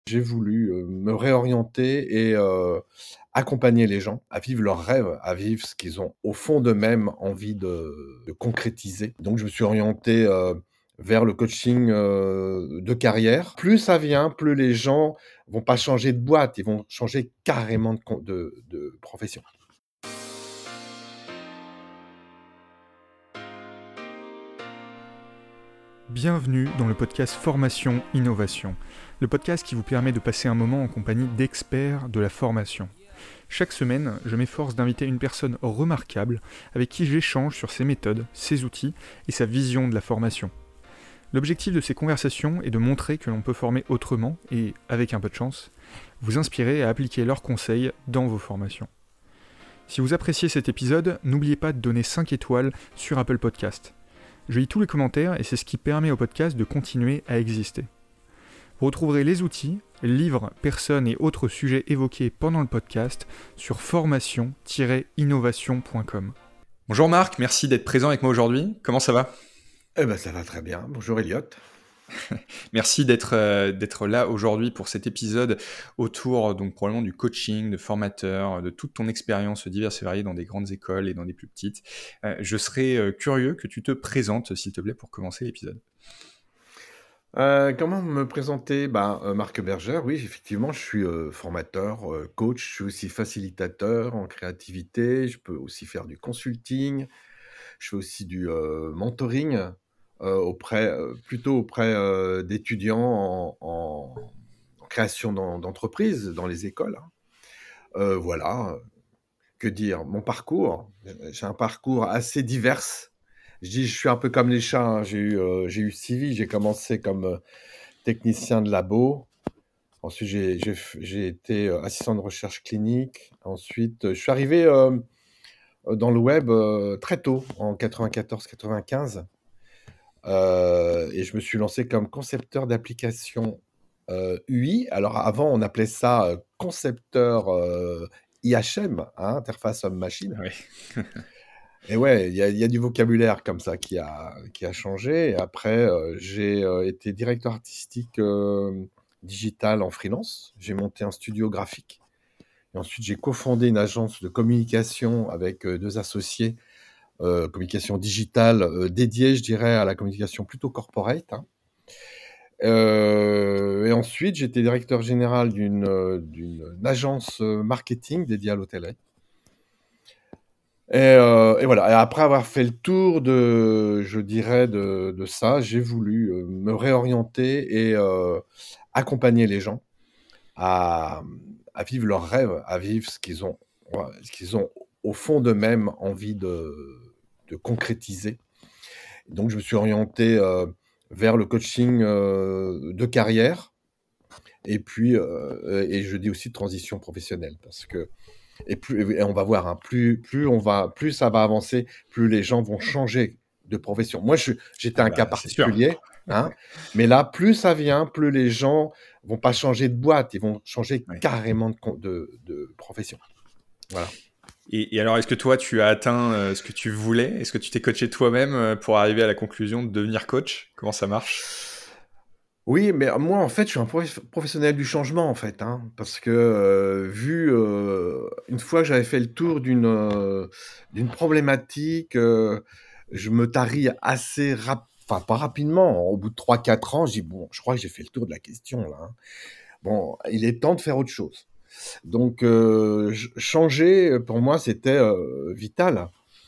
J'ai voulu, me réorienter et accompagner les gens à vivre leurs rêves, à vivre ce qu'ils ont au fond d'eux-mêmes envie de concrétiser. Donc je me suis orienté, vers le coaching, de carrière. Plus ça vient, plus les gens vont pas changer de boîte, ils vont changer carrément de profession. Bienvenue dans le podcast Formation Innovation, le podcast qui vous permet de passer un moment en compagnie d'experts de la formation. Chaque semaine, je m'efforce d'inviter une personne remarquable avec qui j'échange sur ses méthodes, ses outils et sa vision de la formation. L'objectif de ces conversations est de montrer que l'on peut former autrement et, avec un peu de chance, vous inspirer à appliquer leurs conseils dans vos formations. Si vous appréciez cet épisode, n'oubliez pas de donner 5 étoiles sur Apple Podcast. Je lis tous les commentaires et c'est ce qui permet au podcast de continuer à exister. Vous retrouverez les outils, livres, personnes et autres sujets évoqués pendant le podcast sur formation-innovation.com. Bonjour Marc, merci d'être présent avec moi aujourd'hui. Comment ça va ? Eh ben, ça va très bien. Bonjour Elliot. Merci d'être là aujourd'hui pour cet épisode autour donc probablement du coaching, de formateur, de toute ton expérience diverses et variées dans des grandes écoles et dans des plus petites. Je serais curieux que tu te présentes, s'il te plaît, pour commencer l'épisode. Comment me présenter? Marc Bergère, oui, effectivement, je suis, formateur, coach, je suis aussi facilitateur en créativité, je peux aussi faire du consulting, je fais aussi du, mentoring, plutôt auprès, d'étudiants en création d'entreprise dans les écoles, hein. Voilà, que dire? Mon parcours, j'ai un parcours assez divers. Je dis: «Je suis un peu comme les chats», hein, j'ai eu 6 vies. J'ai commencé comme, technicien de labo. Ensuite, j'ai été, assistant de recherche clinique. Ensuite, je suis arrivé, dans le web, très tôt, en 94-95, et je me suis lancé comme concepteur d'applications, UI. Alors avant, on appelait ça, concepteur, IHM, hein, interface homme-machine. Oui. Et ouais, il y a du vocabulaire comme ça qui a changé. Et après, j'ai, été directeur artistique, digital en freelance. J'ai monté un studio graphique et ensuite j'ai cofondé une agence de communication avec, 2 associés, communication digitale, dédiée, je dirais, à la communication plutôt corporate, hein. Et ensuite, j'étais directeur général d'une agence, marketing dédiée à l'hôtellerie. Et voilà. Et après avoir fait le tour je dirais de ça, j'ai voulu, me réorienter et accompagner les gens à, à vivre leurs rêves, à vivre ce qu'ils ont au fond d'eux-mêmes envie de concrétiser. Donc je me suis orienté, vers le coaching, de carrière et puis, et je dis aussi de transition professionnelle parce que et on va voir, hein, plus ça va avancer, plus les gens vont changer de profession. Moi, j'étais Ah un cas bah, c'est sûr. particulier, hein, mais là, plus ça vient, plus les gens vont pas changer de boîte, ils vont changer Ouais. carrément de profession. Voilà. Et alors, est-ce que toi, tu as atteint ce que tu voulais ? Est-ce que tu t'es coaché toi-même pour arriver à la conclusion de devenir coach ? Comment ça marche ? Oui, mais moi, en fait, je suis un professionnel du changement, en fait, hein, parce que, une fois que j'avais fait le tour d'une problématique, je me taris assez enfin, pas rapidement. Au bout de 3-4 ans, je dis: «Bon, je crois que j'ai fait le tour de la question, là, hein. Bon, il est temps de faire autre chose». Donc, changer, pour moi, c'était, vital.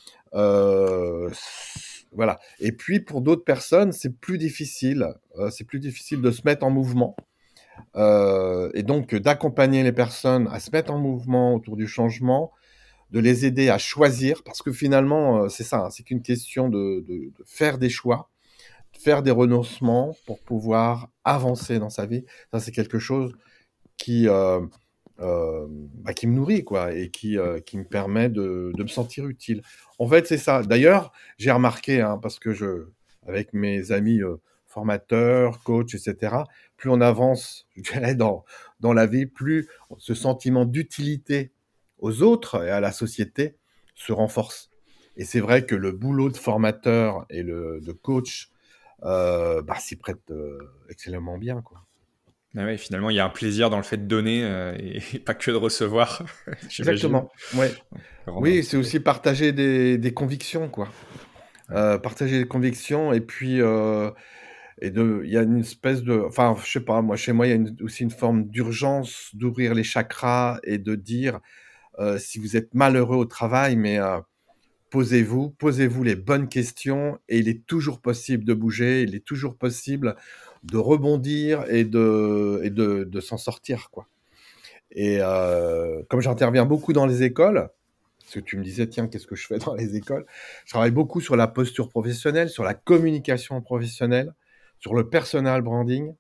Voilà. Et puis pour d'autres personnes, c'est plus difficile de se mettre en mouvement, et donc d'accompagner les personnes à se mettre en mouvement autour du changement, de les aider à choisir parce que finalement, c'est ça, hein, c'est qu'une question de faire des choix, de faire des renoncements pour pouvoir avancer dans sa vie. Ça, c'est quelque chose qui, qui me nourrit quoi et qui me permet de me sentir utile. En fait, c'est ça. D'ailleurs, j'ai remarqué, hein, parce que avec mes amis, formateurs, coachs et cetera, plus on avance, je dirais dans la vie, plus ce sentiment d'utilité aux autres et à la société se renforce. Et c'est vrai que le boulot de formateur et de coach, s'y prête, excellemment bien, quoi. Ah ouais, finalement, il y a un plaisir dans le fait de donner et pas que de recevoir, j'imagine. Exactement, ouais. Donc, rendre un Oui, petit c'est peu. aussi partager des convictions, quoi. Ouais. Partager des convictions et puis, il y a une espèce de enfin, je sais pas, moi, chez moi, il y a aussi une forme d'urgence d'ouvrir les chakras et de dire, si vous êtes malheureux au travail, mais, posez-vous les bonnes questions et il est toujours possible de bouger, il est toujours possible de rebondir et de s'en sortir, quoi. Et comme j'interviens beaucoup dans les écoles, parce que tu me disais: «Tiens, qu'est-ce que je fais dans les écoles?» Je travaille beaucoup sur la posture professionnelle, sur la communication professionnelle, sur le personal branding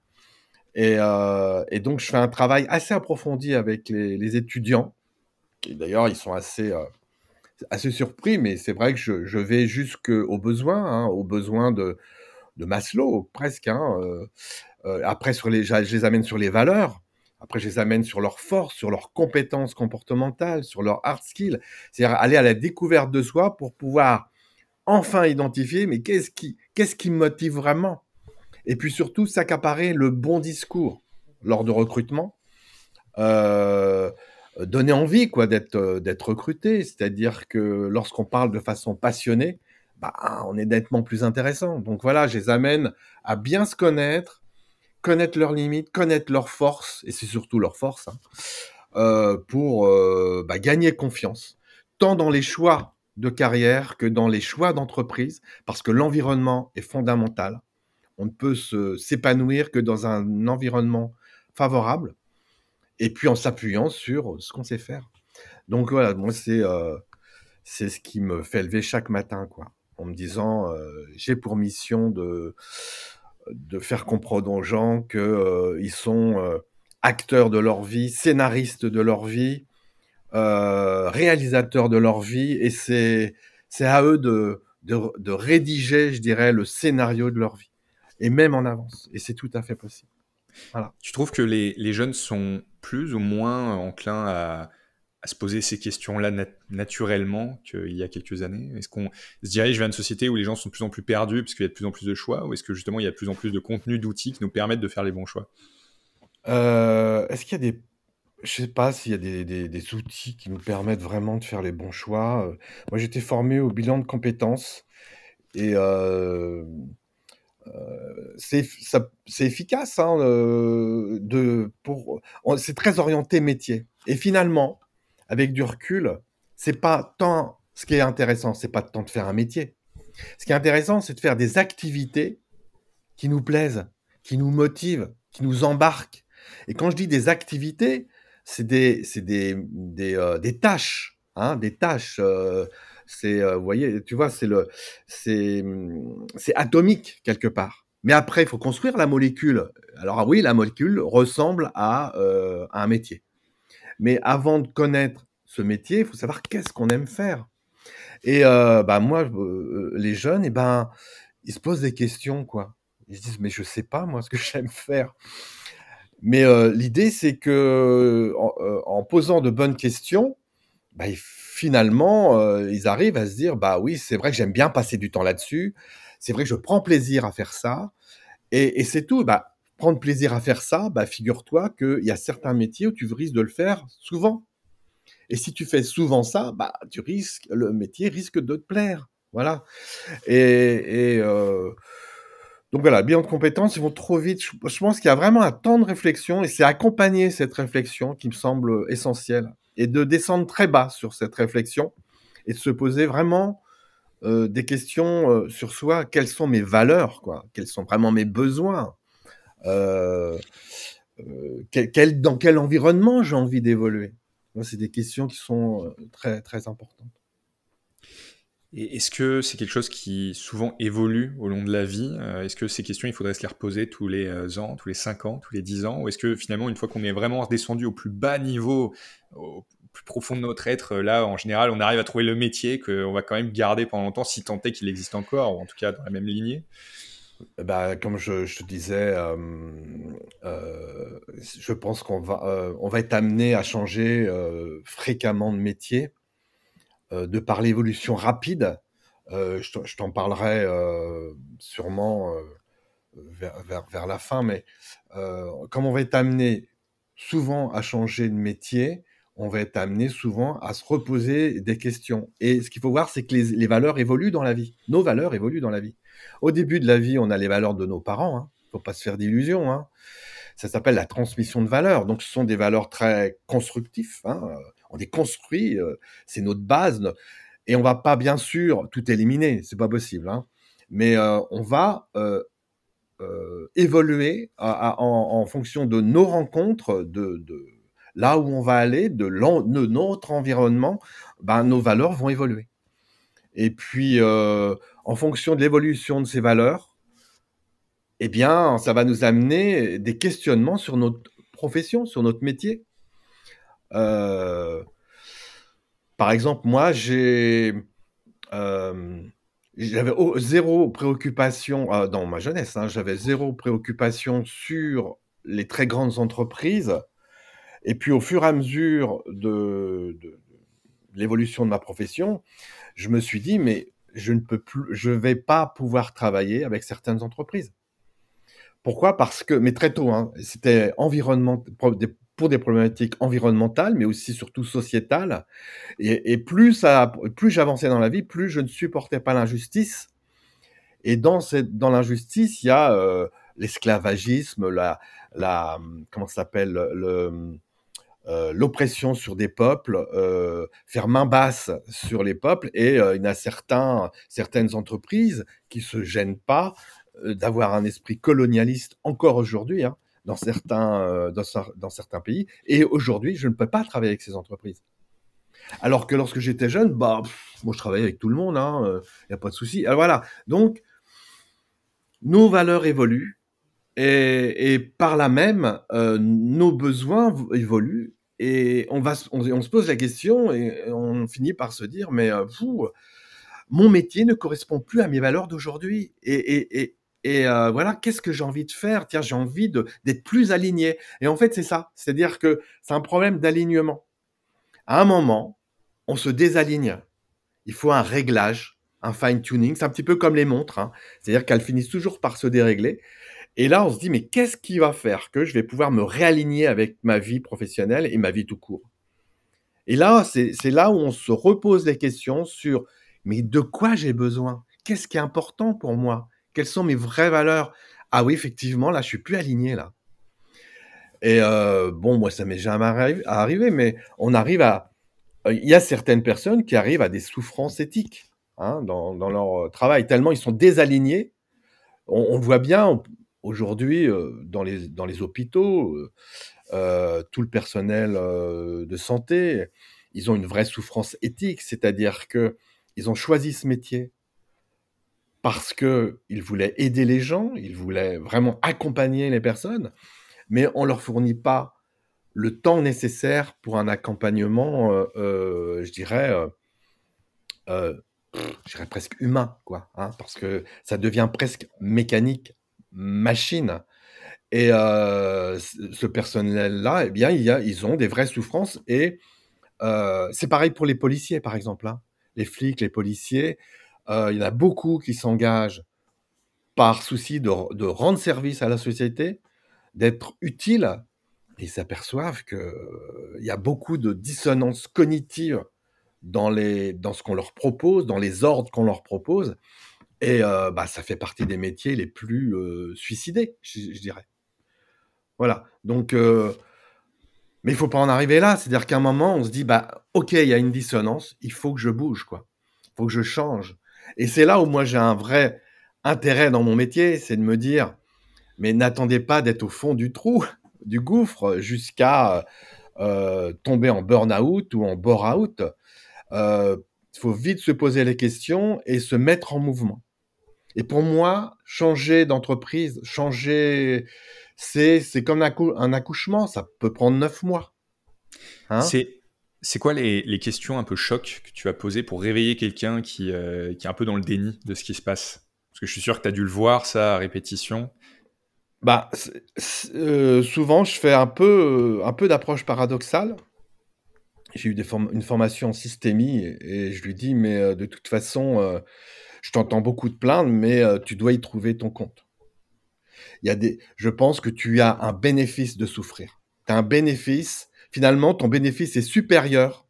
et donc je fais un travail assez approfondi avec les étudiants qui d'ailleurs ils sont assez surpris, mais c'est vrai que je vais jusqu'aux besoins, hein, aux besoins de Maslow presque, hein, après je les amène sur les valeurs, après je les amène sur leurs forces, sur leurs compétences comportementales, sur leurs hard skills. C'est-à-dire aller à la découverte de soi pour pouvoir enfin identifier, mais qu'est-ce qui me motive vraiment? Et puis surtout s'accaparer le bon discours lors de recrutement, heu, donner envie quoi d'être recruté. C'est-à-dire que lorsqu'on parle de façon passionnée, bah, on est nettement plus intéressant. Donc voilà, je les amène à bien se connaître leurs limites, connaître leurs forces et c'est surtout leurs forces, hein, pour, bah, gagner confiance, tant dans les choix de carrière que dans les choix d'entreprise, parce que l'environnement est fondamental. On ne peut s'épanouir que dans un environnement favorable et puis en s'appuyant sur ce qu'on sait faire. Donc voilà, moi c'est ce qui me fait lever chaque matin, quoi, en me disant, «J'ai pour mission de faire comprendre aux gens que, ils sont, acteurs de leur vie, scénaristes de leur vie, réalisateurs de leur vie et c'est à eux de rédiger, je dirais, le scénario de leur vie et même en avance et c'est tout à fait possible. Voilà. Tu trouves que les jeunes sont plus ou moins enclins à se poser ces questions-là naturellement qu'il y a quelques années? Est-ce qu'on se dirige vers une société où les gens sont de plus en plus perdus parce qu'il y a de plus en plus de choix? Ou est-ce que justement il y a de plus en plus de contenu, d'outils qui nous permettent de faire les bons choix? Est-ce qu'il y a des je sais pas s'il y a des outils qui nous permettent vraiment de faire les bons choix, moi j'étais formé au bilan de compétences et c'est efficace, hein, c'est très orienté métier et finalement, avec du recul, c'est pas tant ce qui est intéressant, c'est pas tant de faire un métier. Ce qui est intéressant, c'est de faire des activités qui nous plaisent, qui nous motivent, qui nous embarquent et quand je dis des activités, c'est des tâches, hein, des tâches, vous voyez, tu vois, c'est atomique quelque part. Mais après, il faut construire la molécule. Alors ah oui, la molécule ressemble à un métier. Mais avant de connaître ce métier, il faut savoir qu'est-ce qu'on aime faire et bah, moi, les jeunes et ben, ils se posent des questions, quoi. Ils se disent: «Mais je sais pas moi ce que j'aime faire». Mais l'idée c'est qu'en posant de bonnes questions, bah, finalement, ils arrivent à se dire: «Bah, oui, c'est vrai que j'aime bien passer du temps là-dessus. C'est vrai que je prends plaisir à faire ça» et c'est tout. Bah, prendre plaisir à faire ça, bah, figure-toi qu'il y a certains métiers où tu risques de le faire souvent et si tu fais souvent ça, bah, le métier risque de te plaire. Voilà et donc voilà, bilan de compétences, ils vont trop vite. Je pense qu'il y a vraiment un temps de réflexion et c'est accompagner cette réflexion qui me semble essentiel et de descendre très bas sur cette réflexion et de se poser vraiment, des questions, sur soi. Quelles sont mes valeurs, quoi? Quels sont vraiment mes besoins? Heu dans quel environnement j'ai envie d'évoluer? Moi, c'est des questions qui sont, très, très importantes. Et est-ce que c'est quelque chose qui souvent évolue au long de la vie? Est-ce que ces questions, il faudrait se les reposer tous les ans, tous les 5 ans, tous les 10 ans? Ou est-ce que finalement, une fois qu'on est vraiment redescendu au plus bas niveau, au plus profond de notre être, là, en général, on arrive à trouver le métier qu'on va quand même garder pendant longtemps, si tant est qu'il existe encore, ou en tout cas dans la même lignée? Bah, comme je te disais, je pense on va être amené à changer, fréquemment de métier, de par l'évolution rapide. Je t'en parlerai, sûrement, vers la fin, mais comme on va être amené souvent à changer de métier, on va être amené souvent à se reposer des questions. Et ce qu'il faut voir, c'est que les valeurs évoluent dans la vie. Nos valeurs évoluent dans la vie. Au début de la vie, on a les valeurs de nos parents. Hein. Faut pas se faire d'illusions. Hein. Ça s'appelle la transmission de valeurs. Donc, ce sont des valeurs très constructives. Hein. On est construit, c'est notre base. Et on va pas, bien sûr, tout éliminer. C'est pas possible. Hein. Mais on va évoluer en fonction de nos rencontres, de là où on va aller, de notre environnement. Ben, nos valeurs vont évoluer. Et puis, en fonction de l'évolution de ces valeurs, eh bien, ça va nous amener des questionnements sur notre profession, sur notre métier. Euh, Par exemple, moi, j'avais zéro préoccupation dans ma jeunesse. Hein, j'avais zéro préoccupation sur les très grandes entreprises. Et puis, au fur et à mesure de l'évolution de ma profession, je me suis dit, mais je vais pas pouvoir travailler avec certaines entreprises. Pourquoi? Parce que, mais très tôt, hein, c'était pour des problématiques environnementales, mais aussi surtout sociétales. Et plus j'avançais dans la vie, plus je ne supportais pas l'injustice. Et dans l'injustice, il y a l'esclavagisme, comment ça s'appelle, l'oppression sur des peuples, faire main basse sur les peuples. Et il y a certaines entreprises qui se gênent pas d'avoir un esprit colonialiste encore aujourd'hui, hein, dans certains pays. Et aujourd'hui, je ne peux pas travailler avec ces entreprises. Alors que lorsque j'étais jeune, bah, moi je travaillais avec tout le monde, hein, y a pas de souci. Alors voilà. Donc, nos valeurs évoluent et par là même, nos besoins évoluent et on se pose la question et on finit par se dire, mais mon métier ne correspond plus à mes valeurs d'aujourd'hui. Et voilà, qu'est-ce que j'ai envie de faire? Tiens, j'ai envie d'être plus aligné. Et en fait, c'est ça. C'est-à-dire que c'est un problème d'alignement. À un moment, on se désaligne. Il faut un réglage, un fine-tuning. C'est un petit peu comme les montres. Hein. C'est-à-dire qu'elles finissent toujours par se dérégler. Et là, on se dit, mais qu'est-ce qui va faire que je vais pouvoir me réaligner avec ma vie professionnelle et ma vie tout court? Et là, c'est là où on se repose les questions sur, mais de quoi j'ai besoin? Qu'est-ce qui est important pour moi? Quelles sont mes vraies valeurs? Ah oui, effectivement, là, je suis plus aligné, là. Et bon, moi, ça m'est jamais arrivé, mais on arrive à... Il y a certaines personnes qui arrivent à des souffrances éthiques hein, dans leur travail, tellement ils sont désalignés. On voit bien aujourd'hui dans les hôpitaux, tout le personnel de santé, ils ont une vraie souffrance éthique, c'est-à-dire que ils ont choisi ce métier parce qu'ils voulaient aider les gens, ils voulaient vraiment accompagner les personnes, mais on leur fournit pas le temps nécessaire pour un accompagnement, heu, je dirais presque humain, quoi, hein, parce que ça devient presque mécanique, machine. Et ce personnel-là, eh bien, ils ont des vraies souffrances et c'est pareil pour les policiers, par exemple, hein. Les flics, les policiers, il y en a beaucoup qui s'engagent par souci de rendre service à la société, d'être utiles et ils s'aperçoivent qu'il y a beaucoup de dissonances cognitives dans ce qu'on leur propose, dans les ordres qu'on leur propose et bah, ça fait partie des métiers les plus, suicidés, je dirais. Voilà, donc mais il faut pas en arriver là. C'est-à-dire qu'à un moment, on se dit: «Bah, OK, il y a une dissonance, il faut que je bouge, quoi. Il faut que je change» et c'est là où moi j'ai un vrai intérêt dans mon métier, c'est de me dire: «Mais n'attendez pas d'être au fond du trou, du gouffre, jusqu'à, tomber en burn-out ou en bore-out». Il faut vite se poser les questions et se mettre en mouvement et pour moi, changer d'entreprise, c'est comme un accouchement, ça peut prendre 9 mois, hein? C'est c'est quoi les questions un peu choc que tu as posées pour réveiller quelqu'un qui est un peu dans le déni de ce qui se passe? Parce que je suis sûr que tu as dû le voir ça à répétition. Bah, souvent, je fais un peu d'approche paradoxale. J'ai eu une formation en systémie et je lui dis: «Mais, de toute façon, je t'entends beaucoup te plaindre, mais, tu dois y trouver ton compte». Je pense que tu as un bénéfice de souffrir. Tu as un bénéfice, finalement, ton bénéfice est supérieur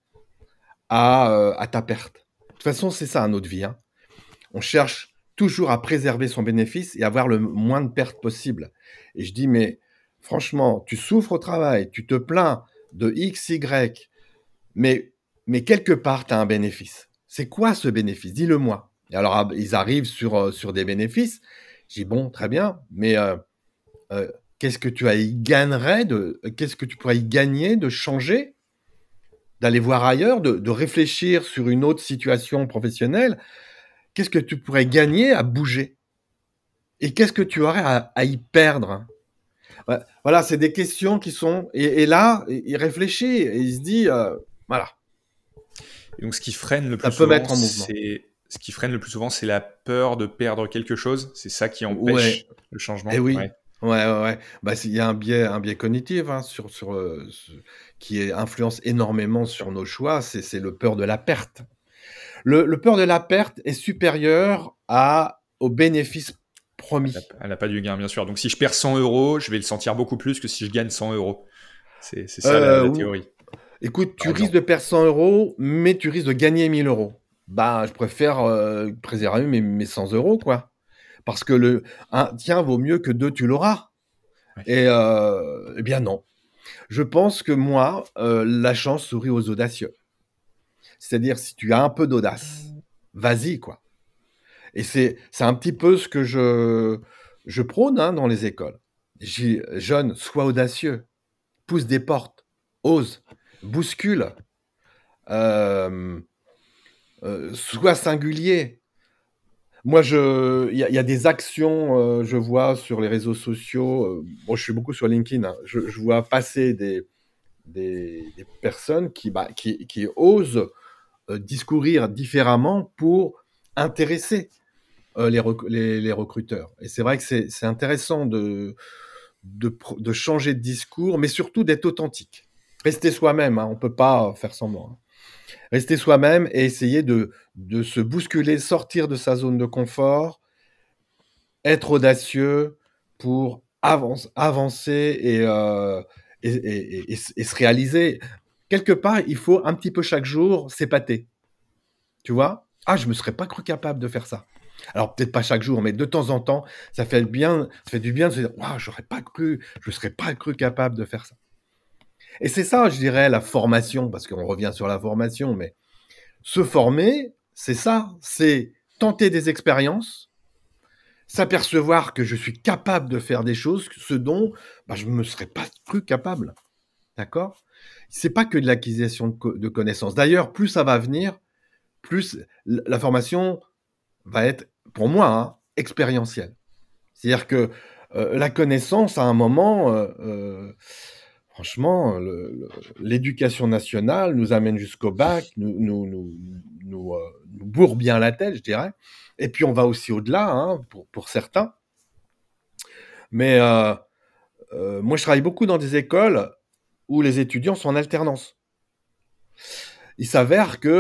à ta perte. De toute façon, c'est ça notre vie, hein. On cherche toujours à préserver son bénéfice et avoir le moins de pertes possible. Et je dis, mais franchement, tu souffres au travail, tu te plains de X, Y, mais, mais quelque part, tu as un bénéfice. C'est quoi ce bénéfice? Dis-le-moi. Et alors, ils arrivent sur des bénéfices. Je dis, bon, très bien, mais qu'est-ce que qu'est-ce que tu pourrais y gagner de changer, d'aller voir ailleurs, de réfléchir sur une autre situation professionnelle? Qu'est-ce que tu pourrais gagner à bouger? Et qu'est-ce que tu aurais à y perdre? Ouais, voilà, c'est des questions qui sont... Et là, il réfléchit et il se dit, voilà, Et donc, ce qui freine le ça plus peut souvent, mettre en mouvement. c'est la peur de perdre quelque chose. C'est ça qui Ouais, empêche le eh changement. oui. Ouais. Ouais, ouais, ouais. Bah, il y a un biais cognitif, hein, qui influence énormément sur nos choix, c'est le peur de la perte. Le peur de la perte est supérieur au bénéfice promis. Elle n'a pas du gain, bien sûr. Donc, si je perds 100 euros, je vais le sentir beaucoup plus que si je gagne 100 euros. C'est ça la Ou théorie, écoute, tu par risques exemple. de perdre 100 euros, mais tu risques de gagner 1000 euros. Bah, je préfère préserver mes 100 euros, quoi. Parce que un tien vaut mieux que deux, tu l'auras. Ouais. Et eh bien non. Je pense que moi, la chance sourit aux audacieux. C'est-à-dire, si tu as un peu d'audace, vas-y, quoi. Et c'est un petit peu ce que je prône, hein, dans les écoles. J'ai jeune, sois audacieux, pousse des portes, ose, bouscule, euh, sois singulier. Moi, il y a des actions, je vois sur les réseaux sociaux. Bon, je suis beaucoup sur LinkedIn, hein. Je vois passer des personnes qui osent discourir différemment pour intéresser les recruteurs. Et c'est vrai que c'est intéressant de changer de discours, mais surtout d'être authentique. Rester soi-même, hein, on ne peut pas faire semblant, hein. Rester soi-même et essayer de se bousculer, sortir de sa zone de confort, être audacieux pour avancer et se réaliser. Quelque part, il faut un petit peu chaque jour s'épater. Tu vois? Ah, je me serais pas cru capable de faire ça. Alors peut-être pas chaque jour, mais de temps en temps, ça fait du bien de se dire, waouh, je ne serais pas cru capable de faire ça. Et c'est ça, je dirais, la formation, parce qu'on revient sur la formation, mais se former, c'est ça, c'est tenter des expériences, s'apercevoir que je suis capable de faire des choses, ce dont je ne me serais pas cru capable. D'accord? C'est pas que de l'acquisition de connaissances. D'ailleurs, plus ça va venir, plus la formation va être, pour moi, hein, expérientielle. C'est-à-dire que la connaissance, à un moment, franchement, l'éducation nationale nous amène jusqu'au bac, nous bourre bien la tête, je dirais. Et puis on va aussi au-delà, hein, pour certains. Mais moi, je travaille beaucoup dans des écoles où les étudiants sont en alternance. Il s'avère que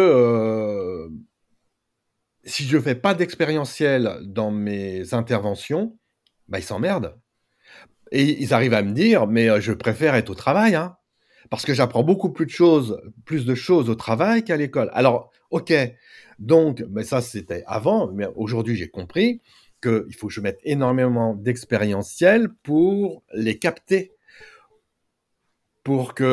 si je ne fais pas d'expérientiel dans mes interventions, ils s'emmerdent. Et ils arrivent à me dire, mais je préfère être au travail, hein, parce que j'apprends beaucoup plus de choses au travail qu'à l'école. Alors, ok, donc, mais ça c'était avant, mais aujourd'hui j'ai compris qu'il faut que je mette énormément d'expérientiel pour les capter, pour que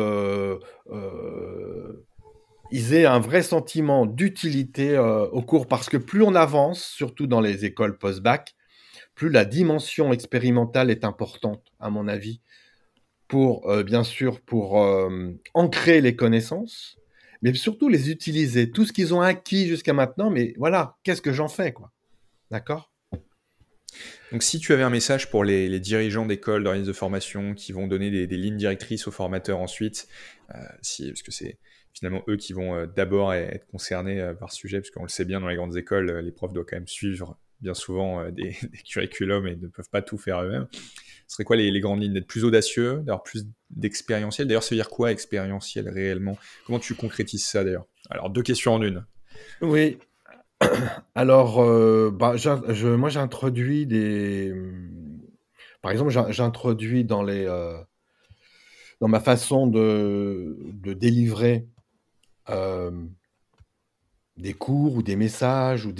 ils aient un vrai sentiment d'utilité au cours, parce que plus on avance, surtout dans les écoles post-bac, plus la dimension expérimentale est importante, à mon avis, pour, bien sûr, pour ancrer les connaissances, mais surtout les utiliser. Tout ce qu'ils ont acquis jusqu'à maintenant, mais voilà, qu'est-ce que j'en fais, quoi? D'accord? Donc, si tu avais un message pour les dirigeants d'écoles, d'organismes de formation qui vont donner des lignes directrices aux formateurs ensuite, parce que c'est finalement eux qui vont d'abord être concernés par ce sujet, parce qu'on le sait bien, dans les grandes écoles, les profs doivent quand même suivre bien souvent des curriculums et ne peuvent pas tout faire eux-mêmes. Ce serait quoi les grandes lignes? D'être plus audacieux, d'avoir plus d'expérientiel? D'ailleurs, ça veut dire quoi, expérientiel, réellement? Comment tu concrétises ça, d'ailleurs? Alors, deux questions en une. Oui. Alors, moi, j'ai introduit Par exemple, j'introduis dans ma façon de délivrer euh, des cours ou des messages ou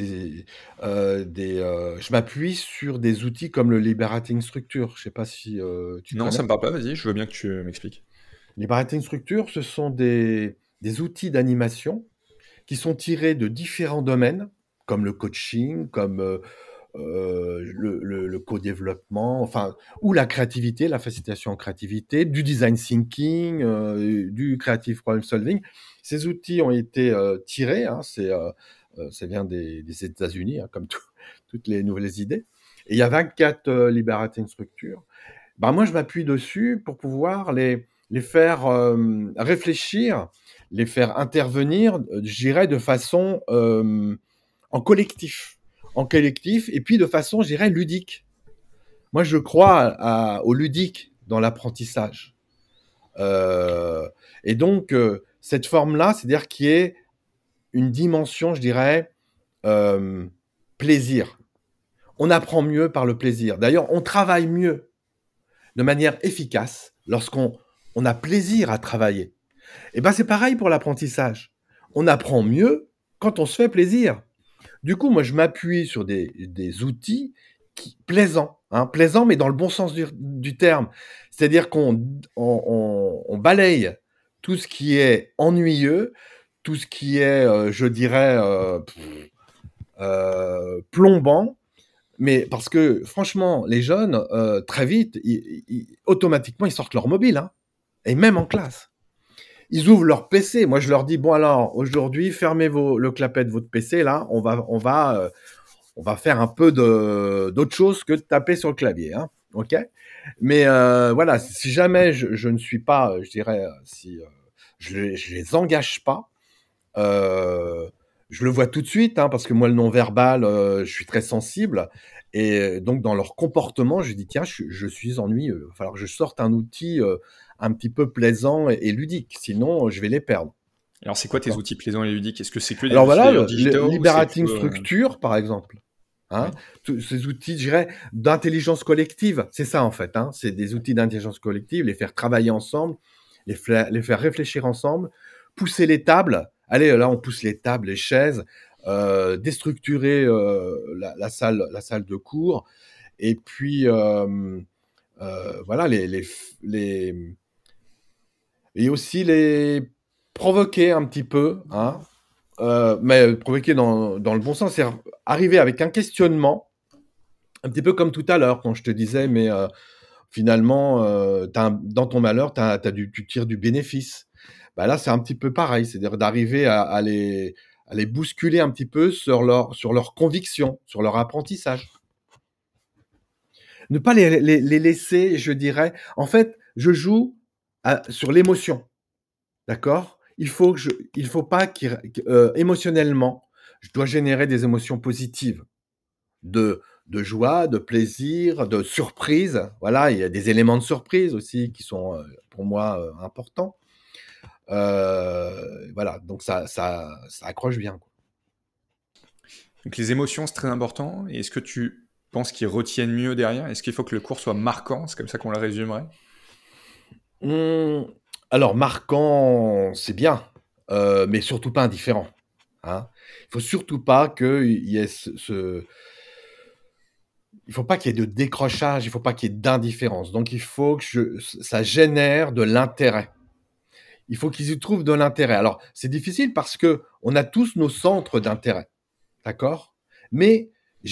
je m'appuie sur des outils comme le Liberating Structure. Je sais pas si tu Non, ça connais. me parle pas, vas-y, je veux bien que tu m'expliques. Liberating Structure, ce sont des outils d'animation qui sont tirés de différents domaines, comme le coaching, comme le co-développement, enfin, ou la créativité, la facilitation en créativité, du design thinking, du creative problem solving. Ces outils ont été tirés, hein, ça vient des États-Unis, hein, comme toutes les nouvelles idées. Et il y a 24 liberating structures. Ben, moi, je m'appuie dessus pour pouvoir les faire réfléchir, les faire intervenir, je dirais, de façon en collectif. En collectif, et puis de façon, je dirais, ludique. Moi, je crois au ludique dans l'apprentissage. Euh, et donc, cette forme-là, c'est-à-dire qu'il y ait une dimension, je dirais, euh, plaisir. On apprend mieux par le plaisir. D'ailleurs, on travaille mieux de manière efficace lorsqu'on a plaisir à travailler. Et ben c'est pareil pour l'apprentissage. On apprend mieux quand on se fait plaisir. Du coup, moi, je m'appuie sur des outils plaisants, hein, plaisants, mais dans le bon sens du terme. C'est-à-dire qu'on balaye tout ce qui est ennuyeux, tout ce qui est, je dirais, plombant, mais parce que franchement, les jeunes, très vite, automatiquement, ils sortent leur mobile, hein, et même en classe. Ils ouvrent leur PC. Moi, je leur dis, bon alors, aujourd'hui, fermez le clapet de votre PC, là, on va faire un peu d'autre chose que de taper sur le clavier, hein, ok. Mais voilà, si jamais je ne suis pas, je dirais, si je les engage pas, euh, je le vois tout de suite, hein, parce que moi, le non-verbal, je suis très sensible. Et donc, dans leur comportement, je dis, tiens, je suis ennuyeux. Il va falloir que je sorte un outil un petit peu plaisant et ludique. Sinon, je vais les perdre. Alors, c'est quoi tes D'accord. outils plaisants et ludiques? Est-ce que c'est que des Alors outils voilà, d'ailleurs le digitaux ou c'est Liberating Structure, par exemple. Hein, ouais. tous ces outils, je dirais, d'intelligence collective, c'est ça en fait. Hein, c'est des outils d'intelligence collective, les faire travailler ensemble, les faire réfléchir ensemble, pousser les tables. Allez, là, on pousse les tables, les chaises, déstructurer la salle de cours, et puis voilà, et aussi les provoquer un petit peu, hein, mais provoquer dans le bon sens, c'est arriver avec un questionnement, un petit peu comme tout à l'heure quand je te disais, mais finalement, dans ton malheur, tu tires du bénéfice. Bah là, c'est un petit peu pareil, c'est-à-dire d'arriver à les bousculer un petit peu sur leur conviction, sur leur apprentissage. Ne pas les laisser, je dirais. En fait, je joue sur l'émotion. D'accord. Il faut pas émotionnellement, je dois générer des émotions positives, de joie, de plaisir, de surprise. Voilà, il y a des éléments de surprise aussi qui sont pour moi importants. Voilà, donc ça accroche bien, quoi. Donc les émotions, c'est très important. Et est-ce que tu penses qu'ils retiennent mieux derrière? Est-ce qu'il faut que le cours soit marquant? C'est comme ça qu'on le résumerait? Hum, alors, marquant, c'est bien, mais surtout pas indifférent. Hein. Il faut surtout pas qu'il y ait il faut pas qu'il y ait de décrochage, il faut pas qu'il y ait d'indifférence. Donc, il faut que ça génère de l'intérêt. Il faut qu'ils y trouvent de l'intérêt. Alors, c'est difficile parce que on a tous nos centres d'intérêt, d'accord. Mais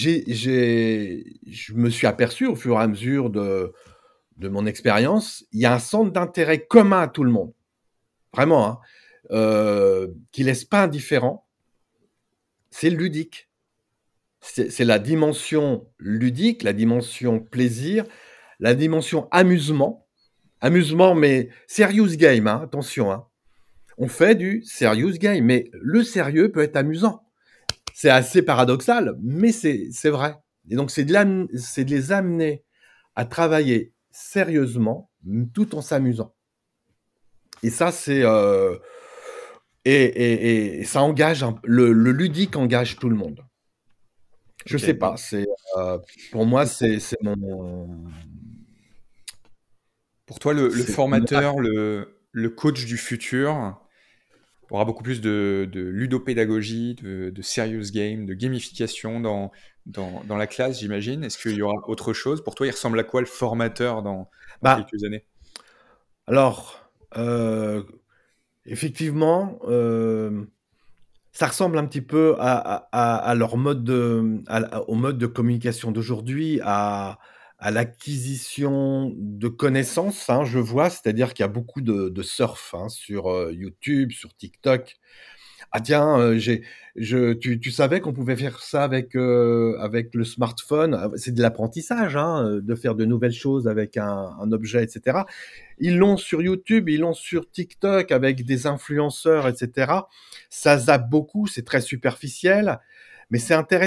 je me suis aperçu au fur et à mesure de mon expérience, il y a un centre d'intérêt commun à tout le monde, vraiment, hein, qui laisse pas indifférent. C'est le ludique. C'est la dimension ludique, la dimension plaisir, la dimension amusement. Amusement, mais serious game, hein, attention. Hein. On fait du serious game, mais le sérieux peut être amusant. C'est assez paradoxal, mais c'est vrai. Et donc, c'est de les amener à travailler sérieusement, tout en s'amusant. Et ça, et ça engage, le ludique engage tout le monde. Je Ok, sais donc pas, pour moi, c'est mon. Pour toi, le C'est une formateur, le coach du futur aura beaucoup plus de ludopédagogie, de serious game, de gamification dans la classe, j'imagine. Est-ce qu'il y aura autre chose? Pour toi, il ressemble à quoi le formateur dans bah, quelques années? alors, effectivement, ça ressemble un petit peu à leur mode au mode de communication d'aujourd'hui, à l'acquisition de connaissances, hein, je vois. C'est-à-dire qu'il y a beaucoup de surf, hein, sur, YouTube, sur TikTok. Ah tiens, tu savais qu'on pouvait faire ça avec le smartphone? C'est de l'apprentissage, hein, de faire de nouvelles choses avec un objet et cetera. Ils l'ont sur YouTube, ils l'ont sur TikTok avec des influenceurs et cetera. Ça zappe beaucoup, c'est très superficiel, mais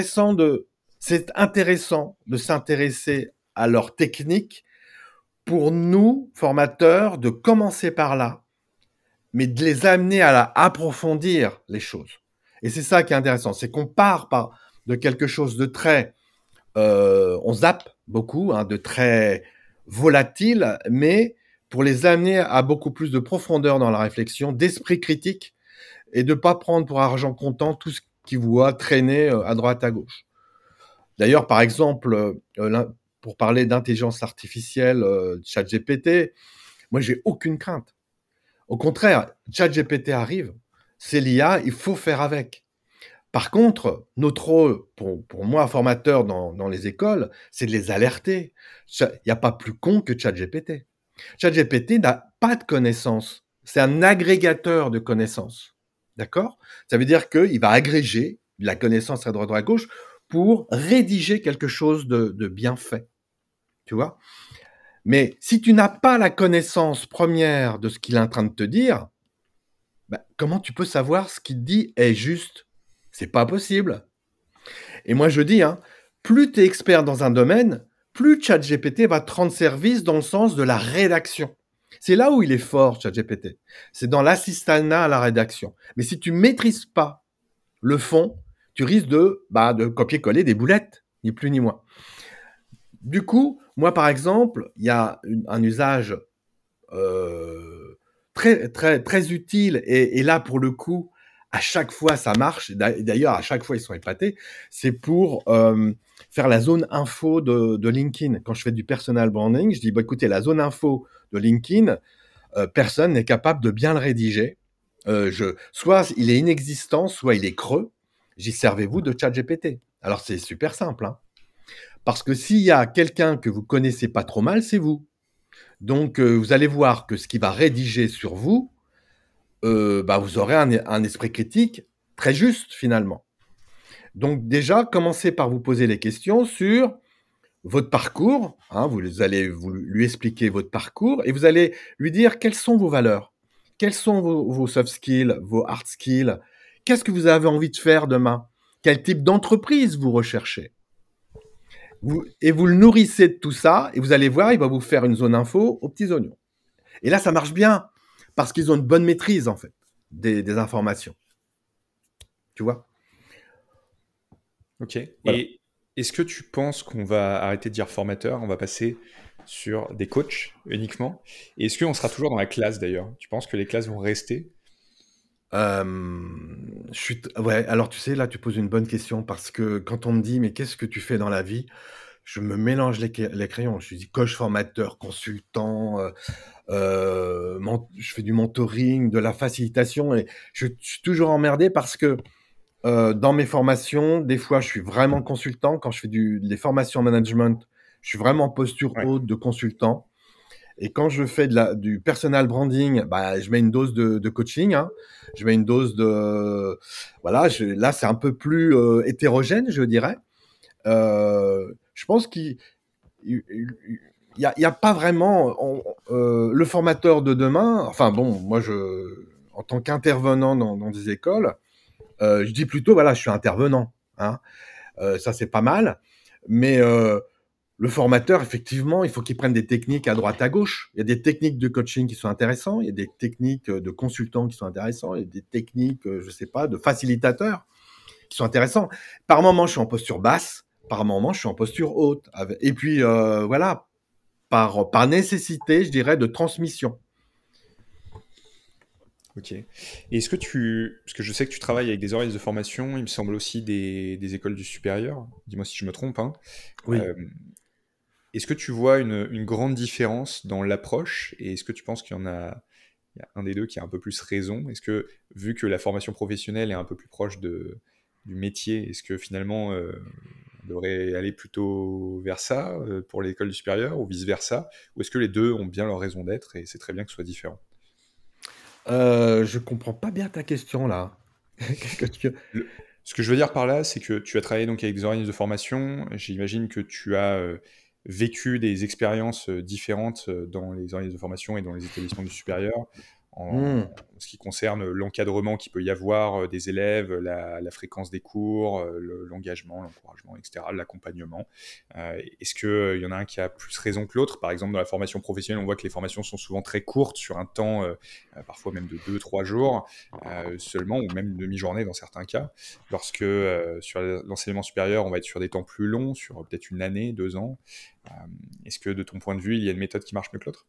c'est intéressant de s'intéresser à leurs techniques pour nous, formateurs, de commencer par là, mais de les amener à approfondir les choses. Et c'est ça qui est intéressant, c'est qu'on part de quelque chose de très, on zappe beaucoup, hein, de très volatile, mais pour les amener à beaucoup plus de profondeur dans la réflexion, d'esprit critique, et de ne pas prendre pour argent comptant tout ce qu'ils voient traîner à droite à gauche. D'ailleurs, par exemple, pour parler d'intelligence artificielle, ChatGPT, moi j'ai aucune crainte. Au contraire, ChatGPT arrive, c'est l'IA, il faut faire avec. Par contre, notre rôle, pour moi, formateur dans les écoles, c'est de les alerter. Il n'y a pas plus con que ChatGPT. ChatGPT n'a pas de connaissances. C'est un agrégateur de connaissances. D'accord? Ça veut dire qu'il va agréger la connaissance à droite à gauche pour rédiger quelque chose de bien fait. Tu vois? Mais si tu n'as pas la connaissance première de ce qu'il est en train de te dire, bah, comment tu peux savoir ce qu'il te dit est juste? C'est pas possible. Et moi, je dis, hein, plus tu es expert dans un domaine, plus ChatGPT va te rendre service dans le sens de la rédaction. C'est là où il est fort, ChatGPT. C'est dans l'assistanat à la rédaction. Mais si tu maîtrises pas le fond, tu risques de copier-coller des boulettes, ni plus ni moins. Du coup, moi, par exemple, il y a un usage très, très, très utile, et là, pour le coup, à chaque fois, ça marche. D'ailleurs, à chaque fois, ils sont épatés. C'est pour faire la zone info de LinkedIn. Quand je fais du personal branding, je dis, bah, écoutez, la zone info de LinkedIn, personne n'est capable de bien le rédiger. Soit il est inexistant, soit il est creux. J'y servez-vous de ChatGPT. Alors, c'est super simple, hein. Parce que s'il y a quelqu'un que vous connaissez pas trop mal, c'est vous. Donc, vous allez voir que ce qui va rédiger sur vous, bah, vous aurez un esprit critique très juste, finalement. Donc déjà, commencez par vous poser les questions sur votre parcours, hein, vous allez lui expliquer votre parcours et vous allez lui dire quelles sont vos valeurs, quels sont vos soft skills, vos hard skills, qu'est-ce que vous avez envie de faire demain, quel type d'entreprise vous recherchez. Et vous le nourrissez de tout ça et vous allez voir, il va vous faire une zone info aux petits oignons. Et là, ça marche bien parce qu'ils ont une bonne maîtrise, en fait, des informations. Tu vois? Ok. Voilà. Et est-ce que tu penses qu'on va arrêter de dire formateur, on va passer sur des coachs uniquement? Et est-ce qu'on sera toujours dans la classe d'ailleurs? Tu penses que les classes vont rester? Ouais, alors tu sais, là, tu poses une bonne question parce que quand on me dit, mais qu'est-ce que tu fais dans la vie? Je me mélange les crayons. Je dis coach, formateur, consultant, je fais du mentoring, de la facilitation, et je suis toujours emmerdé parce que dans mes formations, des fois, je suis vraiment consultant. Quand je fais des formations en management, je suis vraiment en posture Ouais. haute de consultant. Et quand je fais du personal branding, bah, je mets une dose de coaching, hein. Je mets une dose de... Voilà, là, c'est un peu plus hétérogène, je dirais. Je pense qu'il y a pas vraiment le formateur de demain. Enfin bon, moi, en tant qu'intervenant dans des écoles, je dis plutôt, voilà, je suis intervenant, hein. Ça, c'est pas mal. Mais le formateur, effectivement, il faut qu'il prenne des techniques à droite à gauche. Il y a des techniques de coaching qui sont intéressantes, il y a des techniques de consultants qui sont intéressantes, il y a des techniques, je sais pas, de facilitateurs qui sont intéressants. Par moment, je suis en posture basse, par moment, je suis en posture haute. Et puis, voilà. par nécessité, je dirais, de transmission. Ok. Et est-ce que parce que je sais que tu travailles avec des organismes de formation, il me semble aussi des écoles du supérieur, dis-moi si je me trompe, hein. Oui. Euh, Est-ce que tu vois une grande différence dans l'approche et est-ce que tu penses il y a un des deux qui a un peu plus raison? Est-ce que, vu que la formation professionnelle est un peu plus proche du métier, est-ce que finalement on devrait aller plutôt vers ça pour l'école du supérieur ou vice-versa? Ou est-ce que les deux ont bien leur raison d'être et c'est très bien que ce soit différent? Je comprends pas bien ta question là. Que tu- Ce que je veux dire par là, c'est que tu as travaillé donc avec des organismes de formation. J'imagine que tu as vécu des expériences différentes dans les organismes de formation et dans les établissements du supérieur Hmm. en ce qui concerne l'encadrement qu'il peut y avoir des élèves, la fréquence des cours, l'engagement, l'encouragement, etc., l'accompagnement. Est-ce qu'il y en a un qui a plus raison que l'autre? Par exemple, dans la formation professionnelle, on voit que les formations sont souvent très courtes, sur un temps parfois même de 2, 3 jours seulement, ou même une demi-journée dans certains cas. Lorsque sur l'enseignement supérieur, on va être sur des temps plus longs, sur peut-être une année, 2 ans. Euh, Est-ce que de ton point de vue, il y a une méthode qui marche mieux que l'autre?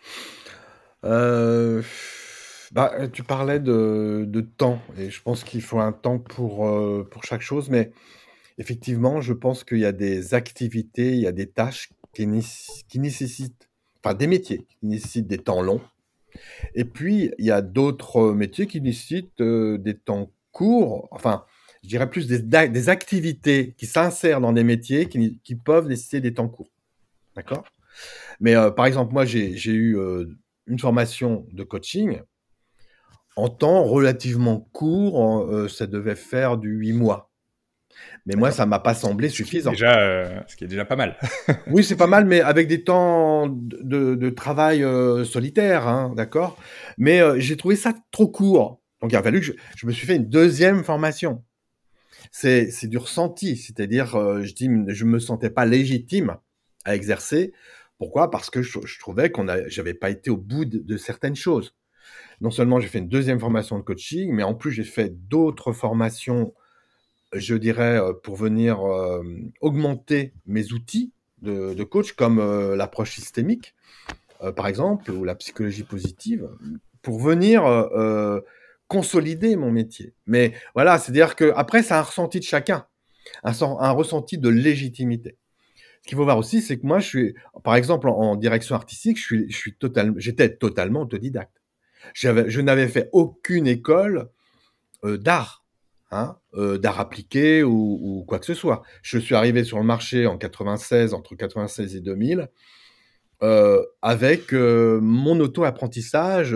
Euh, Tu parlais de temps, et je pense qu'il faut un temps pour chaque chose, mais effectivement, je pense qu'il y a des activités, il y a des tâches qui nécessitent, enfin des métiers qui nécessitent des temps longs, et puis il y a d'autres métiers qui nécessitent des temps courts, enfin, je dirais plus des activités qui s'insèrent dans des métiers qui peuvent nécessiter des temps courts. D'accord? Mais par exemple, moi, j'ai eu une formation de coaching en temps relativement court, ça devait faire du 8 mois. Mais moi, D'accord. ça m'a pas semblé suffisant. Ce qui est déjà pas mal. Oui, c'est pas mal, mais avec des temps de travail solitaire, hein, d'accord? Mais j'ai trouvé ça trop court. Donc, il a fallu que je me suis fait une deuxième formation. C'est du ressenti, c'est-à-dire, je me sentais pas légitime à exercer. Pourquoi? Parce que je trouvais j'avais pas été au bout de certaines choses. Non seulement j'ai fait une deuxième formation de coaching, mais en plus j'ai fait d'autres formations, je dirais, pour venir augmenter mes outils de coach, comme l'approche systémique, par exemple, ou la psychologie positive, pour venir consolider mon métier. Mais voilà, c'est-à-dire que après, c'est un ressenti de chacun, un ressenti de légitimité. Ce qu'il faut voir aussi, c'est que moi, par exemple, en direction artistique, j'étais totalement autodidacte. Je n'avais fait aucune école d'art, hein, d'art appliqué ou quoi que ce soit. Je suis arrivé sur le marché en 96, entre 96 et 2000, avec mon auto-apprentissage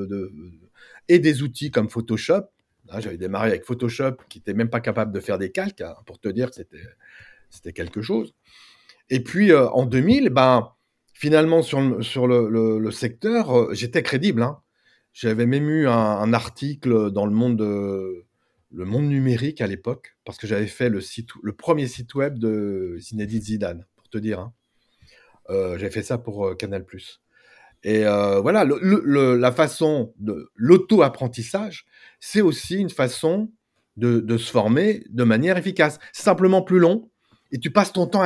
et des outils comme Photoshop. Hein, j'avais démarré avec Photoshop, qui n'était même pas capable de faire des calques, hein, pour te dire que c'était quelque chose. Et puis en 2000, ben, finalement, sur le secteur, j'étais crédible, hein. J'avais même eu un article dans le monde numérique à l'époque, parce que j'avais fait le premier site web de Zinedine Zidane, pour te dire, hein. J'avais fait ça pour Canal+. Et voilà, la façon de l'auto-apprentissage, c'est aussi une façon de se former de manière efficace. C'est simplement plus long, et tu passes ton temps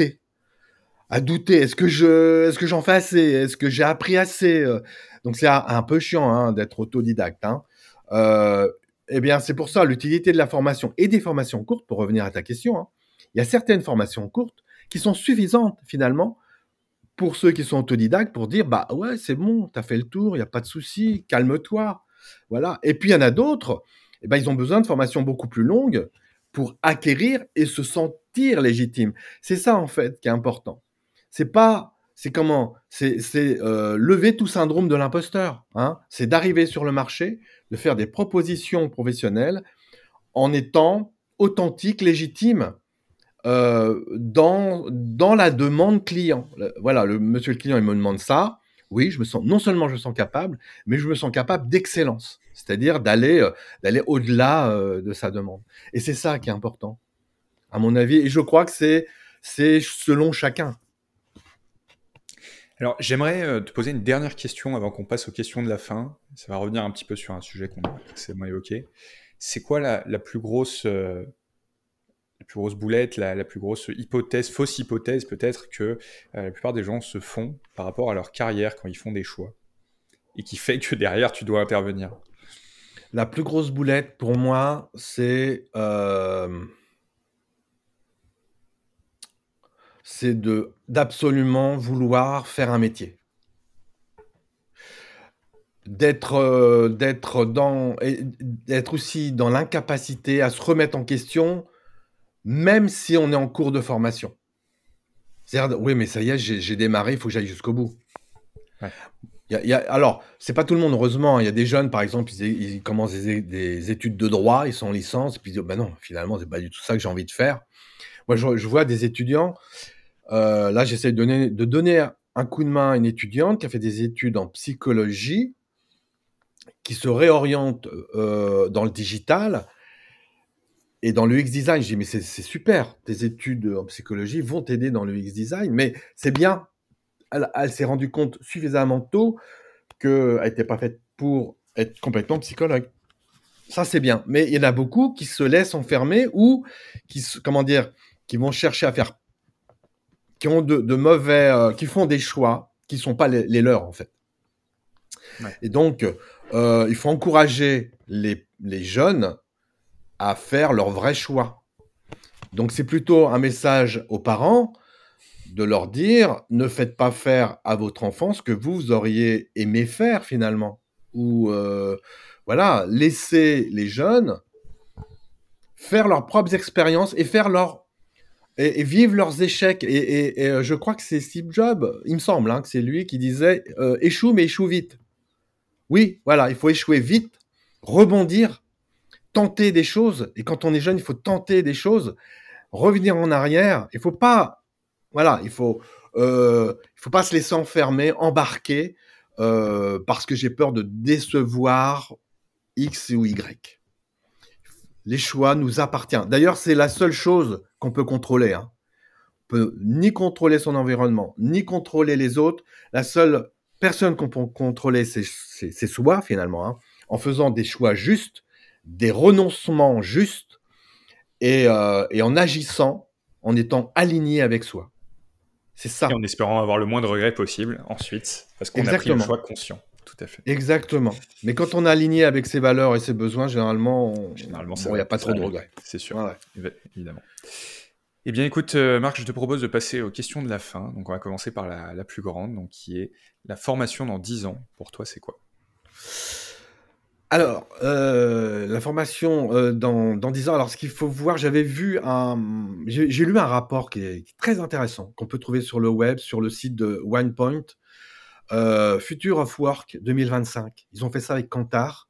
à douter. Est-ce que j'en fais assez? Est-ce que j'ai appris assez? Donc c'est un peu chiant, hein, d'être autodidacte, hein. Euh, eh bien, c'est pour ça l'utilité de la formation et des formations courtes, pour revenir à ta question, hein. Il y a certaines formations courtes qui sont suffisantes finalement pour ceux qui sont autodidactes pour dire bah ouais, c'est bon, tu as fait le tour, il n'y a pas de souci, calme-toi. Voilà. Et puis il y en a d'autres, eh ben, ils ont besoin de formations beaucoup plus longues pour acquérir et se sentir légitime. C'est ça en fait qui est important. C'est pas, c'est comment, c'est lever tout syndrome de l'imposteur, hein. C'est d'arriver sur le marché, de faire des propositions professionnelles en étant authentique, légitime dans la demande client. Voilà, monsieur le client, il me demande ça. Oui, non seulement je me sens capable, mais je me sens capable d'excellence. C'est-à-dire d'aller au-delà de sa demande. Et c'est ça qui est important, à mon avis. Et je crois que c'est selon chacun. Alors, j'aimerais te poser une dernière question avant qu'on passe aux questions de la fin. Ça va revenir un petit peu sur un sujet qu'on a précédemment évoqué. C'est quoi la plus grosse plus grosse boulette, la plus grosse hypothèse, fausse hypothèse peut-être que la plupart des gens se font par rapport à leur carrière quand ils font des choix et qui fait que derrière tu dois intervenir? La plus grosse boulette pour moi, c'est d'absolument vouloir faire un métier. D'être aussi dans l'incapacité à se remettre en question, même si on est en cours de formation. C'est-à-dire, oui, mais ça y est, j'ai démarré, il faut que j'aille jusqu'au bout. Ouais. Alors, c'est pas tout le monde, heureusement. Il y a des jeunes, par exemple, ils commencent des études de droit, ils sont en licence, et puis ils disent, bah non, finalement, c'est pas du tout ça que j'ai envie de faire. Moi, je vois des étudiants, là, j'essaie de donner un coup de main à une étudiante qui a fait des études en psychologie, qui se réoriente dans le digital et dans l'UX design. Je dis, mais c'est super, tes études en psychologie vont t'aider dans l'UX design, mais c'est bien. Elle s'est rendue compte suffisamment tôt qu'elle n'était pas faite pour être complètement psychologue. Ça, c'est bien. Mais il y en a beaucoup qui se laissent enfermer ou qui vont chercher à faire, qui ont de mauvais, qui font des choix qui ne sont pas les leurs, en fait. Ouais. Et donc, il faut encourager les jeunes à faire leurs vrais choix. Donc, c'est plutôt un message aux parents de leur dire, ne faites pas faire à votre enfant ce que vous auriez aimé faire finalement. Ou voilà, laissez les jeunes faire leurs propres expériences et et vivre leurs échecs. Et je crois que c'est Steve Jobs, il me semble, que c'est lui qui disait échoue, mais échoue vite. Oui, voilà, il faut échouer vite, rebondir, tenter des choses. Et quand on est jeune, il faut tenter des choses, revenir en arrière. Il faut pas, voilà, il faut pas se laisser enfermer, embarquer, parce que j'ai peur de décevoir X ou Y. Les choix nous appartiennent. D'ailleurs, c'est la seule chose qu'on peut contrôler. On peut ni contrôler son environnement, ni contrôler les autres. La seule personne qu'on peut contrôler, c'est soi, finalement, en faisant des choix justes, des renoncements justes, et en agissant, en étant aligné avec soi. C'est Et ça. en espérant avoir le moins de regrets possible ensuite, parce qu'on a pris le Exactement. choix conscient. Tout à fait. Exactement. Mais quand on est aligné avec ses valeurs et ses besoins, généralement, Généralement, bon, il n'y a pas trop de regrets. C'est sûr, Ouais. évidemment. Eh bien, écoute, Marc, je te propose de passer aux questions de la fin. Donc, on va commencer par la plus grande, donc, qui est la formation dans 10 ans. Pour toi, c'est quoi? Alors, la formation dans 10 ans, alors ce qu'il faut voir, j'ai lu un rapport qui est très intéressant, qu'on peut trouver sur le web, sur le site de OnePoint, Future of Work 2025. Ils ont fait ça avec Kantar.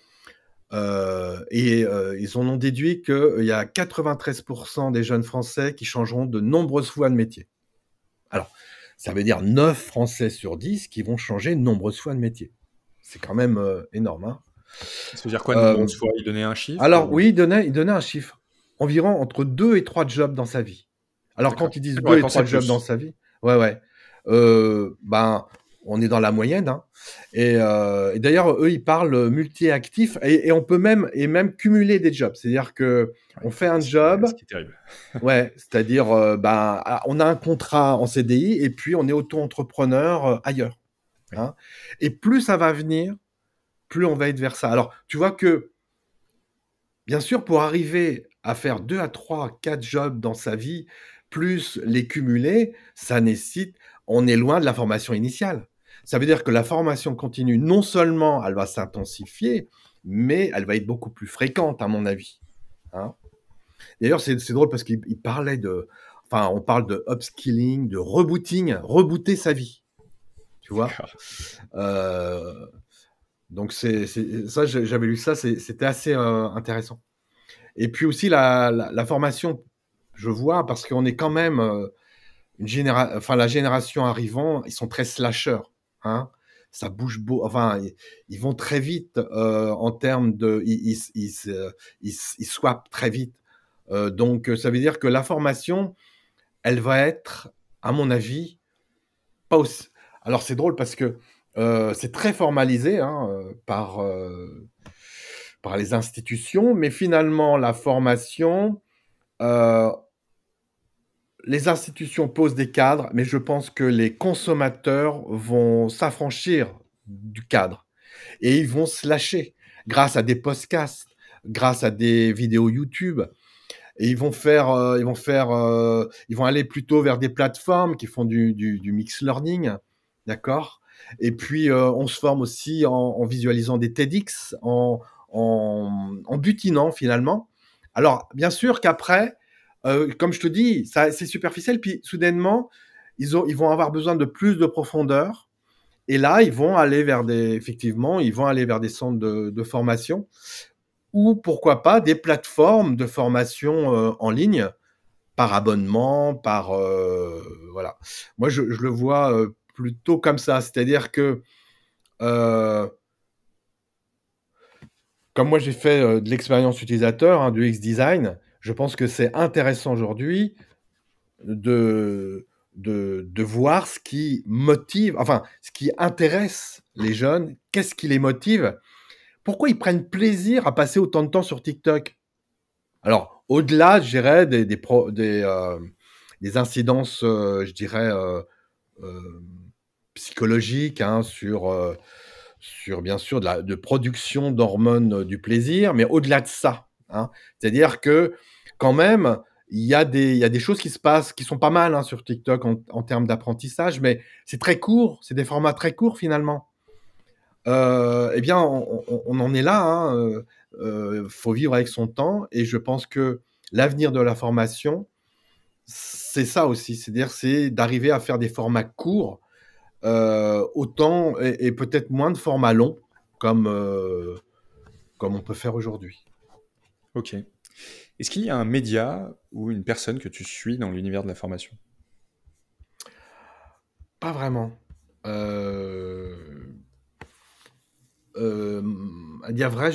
Ils en ont déduit qu'il y a 93% des jeunes Français qui changeront de nombreuses fois de métier. Alors, ça veut dire 9 Français sur 10 qui vont changer de nombreuses fois de métier. C'est quand même énorme, hein. Ça veut dire quoi, nombreuses fois? Il donnait un chiffre Alors ou... oui, il donnait un chiffre. Environ entre 2 et 3 jobs dans sa vie. Alors D'accord. quand ils disent 2 J'aurais et 3 pensé jobs dans plus. sa vie, ouais. Ben, on est dans la moyenne, hein. Et d'ailleurs, eux, ils parlent multi-actifs et on peut même cumuler des jobs. C'est-à-dire que Ouais, on fait un ce job, qui est terrible. ouais, c'est-à-dire on a un contrat en CDI et puis on est auto-entrepreneur ailleurs, Oui. hein. Et plus ça va venir, plus on va être vers ça. Alors, tu vois que bien sûr, pour arriver à faire 2 à 3, 4 jobs dans sa vie, plus les cumuler, ça nécessite on est loin de la formation initiale. Ça veut dire que la formation continue, non seulement elle va s'intensifier, mais elle va être beaucoup plus fréquente, à mon avis, hein. D'ailleurs, c'est drôle parce qu'il parlait on parle de upskilling, de rebooter sa vie, tu vois? D'accord. Heu, donc ça, j'avais lu ça, c'était assez, intéressant. Et puis aussi la formation, je vois, parce qu'on est quand même la génération arrivant, ils sont très slasheurs, hein. Ça bouge enfin, ils vont très vite en termes de, ils swappent très vite. Donc, ça veut dire que la formation, elle va être, à mon avis, pas aussi. Alors c'est drôle parce que c'est très formalisé hein, par les institutions, mais finalement la formation Heu, les institutions posent des cadres, mais je pense que les consommateurs vont s'affranchir du cadre et ils vont se lâcher grâce à des podcasts, grâce à des vidéos YouTube. Et ils vont aller plutôt vers des plateformes qui font du mix learning, d'accord. Et puis on se forme aussi en visualisant des TEDx, en butinant finalement. Alors bien sûr qu'après, comme je te dis, ça c'est superficiel. Puis soudainement, ils vont avoir besoin de plus de profondeur. Et là, ils vont aller vers des centres de formation ou pourquoi pas des plateformes de formation en ligne par abonnement, voilà. Moi, je le vois plutôt comme ça, c'est-à-dire que euh, comme moi j'ai fait de l'expérience utilisateur, hein, du X design, je pense que c'est intéressant aujourd'hui de, de voir ce qui motive, enfin, ce qui intéresse les jeunes, qu'est-ce qui les motive, pourquoi ils prennent plaisir à passer autant de temps sur TikTok. Alors, au-delà, je dirais, des incidences, je dirais, euh, psychologiques, hein, sur bien sûr de production d'hormones du plaisir, mais au-delà de ça, hein, c'est-à-dire que quand même, il y a des choses qui se passent, qui sont pas mal hein, sur TikTok en termes d'apprentissage, mais c'est très court, c'est des formats très courts finalement. Eh bien, on en est là. Hein, faut vivre avec son temps, et je pense que l'avenir de la formation, c'est ça aussi, c'est-à-dire c'est d'arriver à faire des formats courts, autant et peut-être moins de formats longs, comme comme on peut faire aujourd'hui. Ok. Est-ce qu'il y a un média ou une personne que tu suis dans l'univers de la formation? Pas vraiment. Euh, à dire vrai,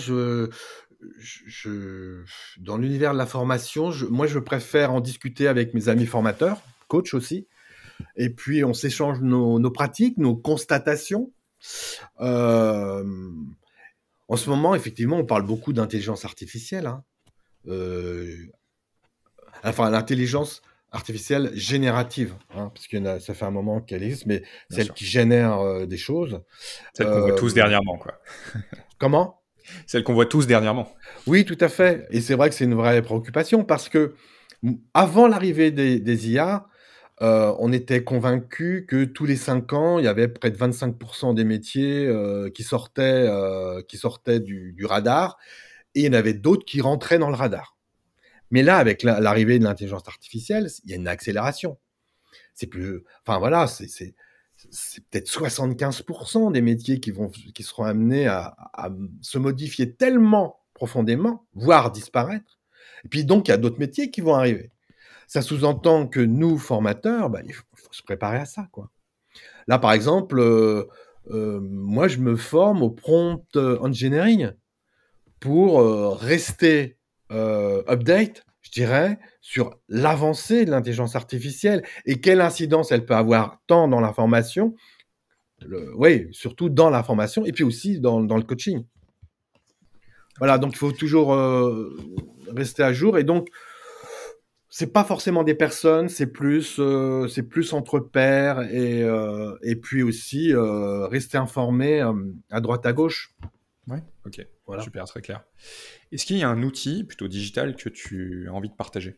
dans l'univers de la formation, moi, je préfère en discuter avec mes amis formateurs, coachs aussi, et puis on s'échange nos pratiques, nos constatations. Euh, En ce moment, effectivement, on parle beaucoup d'intelligence artificielle, hein. Euh, enfin, l'intelligence artificielle générative, hein, parce que ça fait un moment qu'elle existe, mais Bien celle sûr. qui génère des choses. Celle qu'on voit Euh, tous dernièrement, quoi. Comment? Celle qu'on voit tous dernièrement. Oui, tout à fait. Et c'est vrai que c'est une vraie préoccupation parce que avant l'arrivée des IA, on était convaincu que tous les 5 ans, il y avait près de 25% des métiers qui sortaient du radar, et il y en avait d'autres qui rentraient dans le radar. Mais là, avec l'arrivée de l'intelligence artificielle, il y a une accélération. C'est plus, enfin voilà, c'est peut-être 75% des métiers qui seront amenés à se modifier tellement profondément, voire disparaître. Et puis donc, il y a d'autres métiers qui vont arriver. Ça sous-entend que nous, formateurs, bah, il faut se préparer à ça, quoi. Là, par exemple, moi, je me forme au prompt engineering pour rester update, je dirais, sur l'avancée de l'intelligence artificielle et quelle incidence elle peut avoir tant dans la formation, oui, surtout dans la formation, et puis aussi dans le coaching. Ok. Voilà, donc il faut toujours rester à jour. Et donc, c'est pas forcément des personnes, c'est plus entre pairs, et puis aussi rester informé à droite à gauche. Ouais. Ok. Voilà. Super, très clair. Est-ce qu'il y a un outil plutôt digital que tu as envie de partager?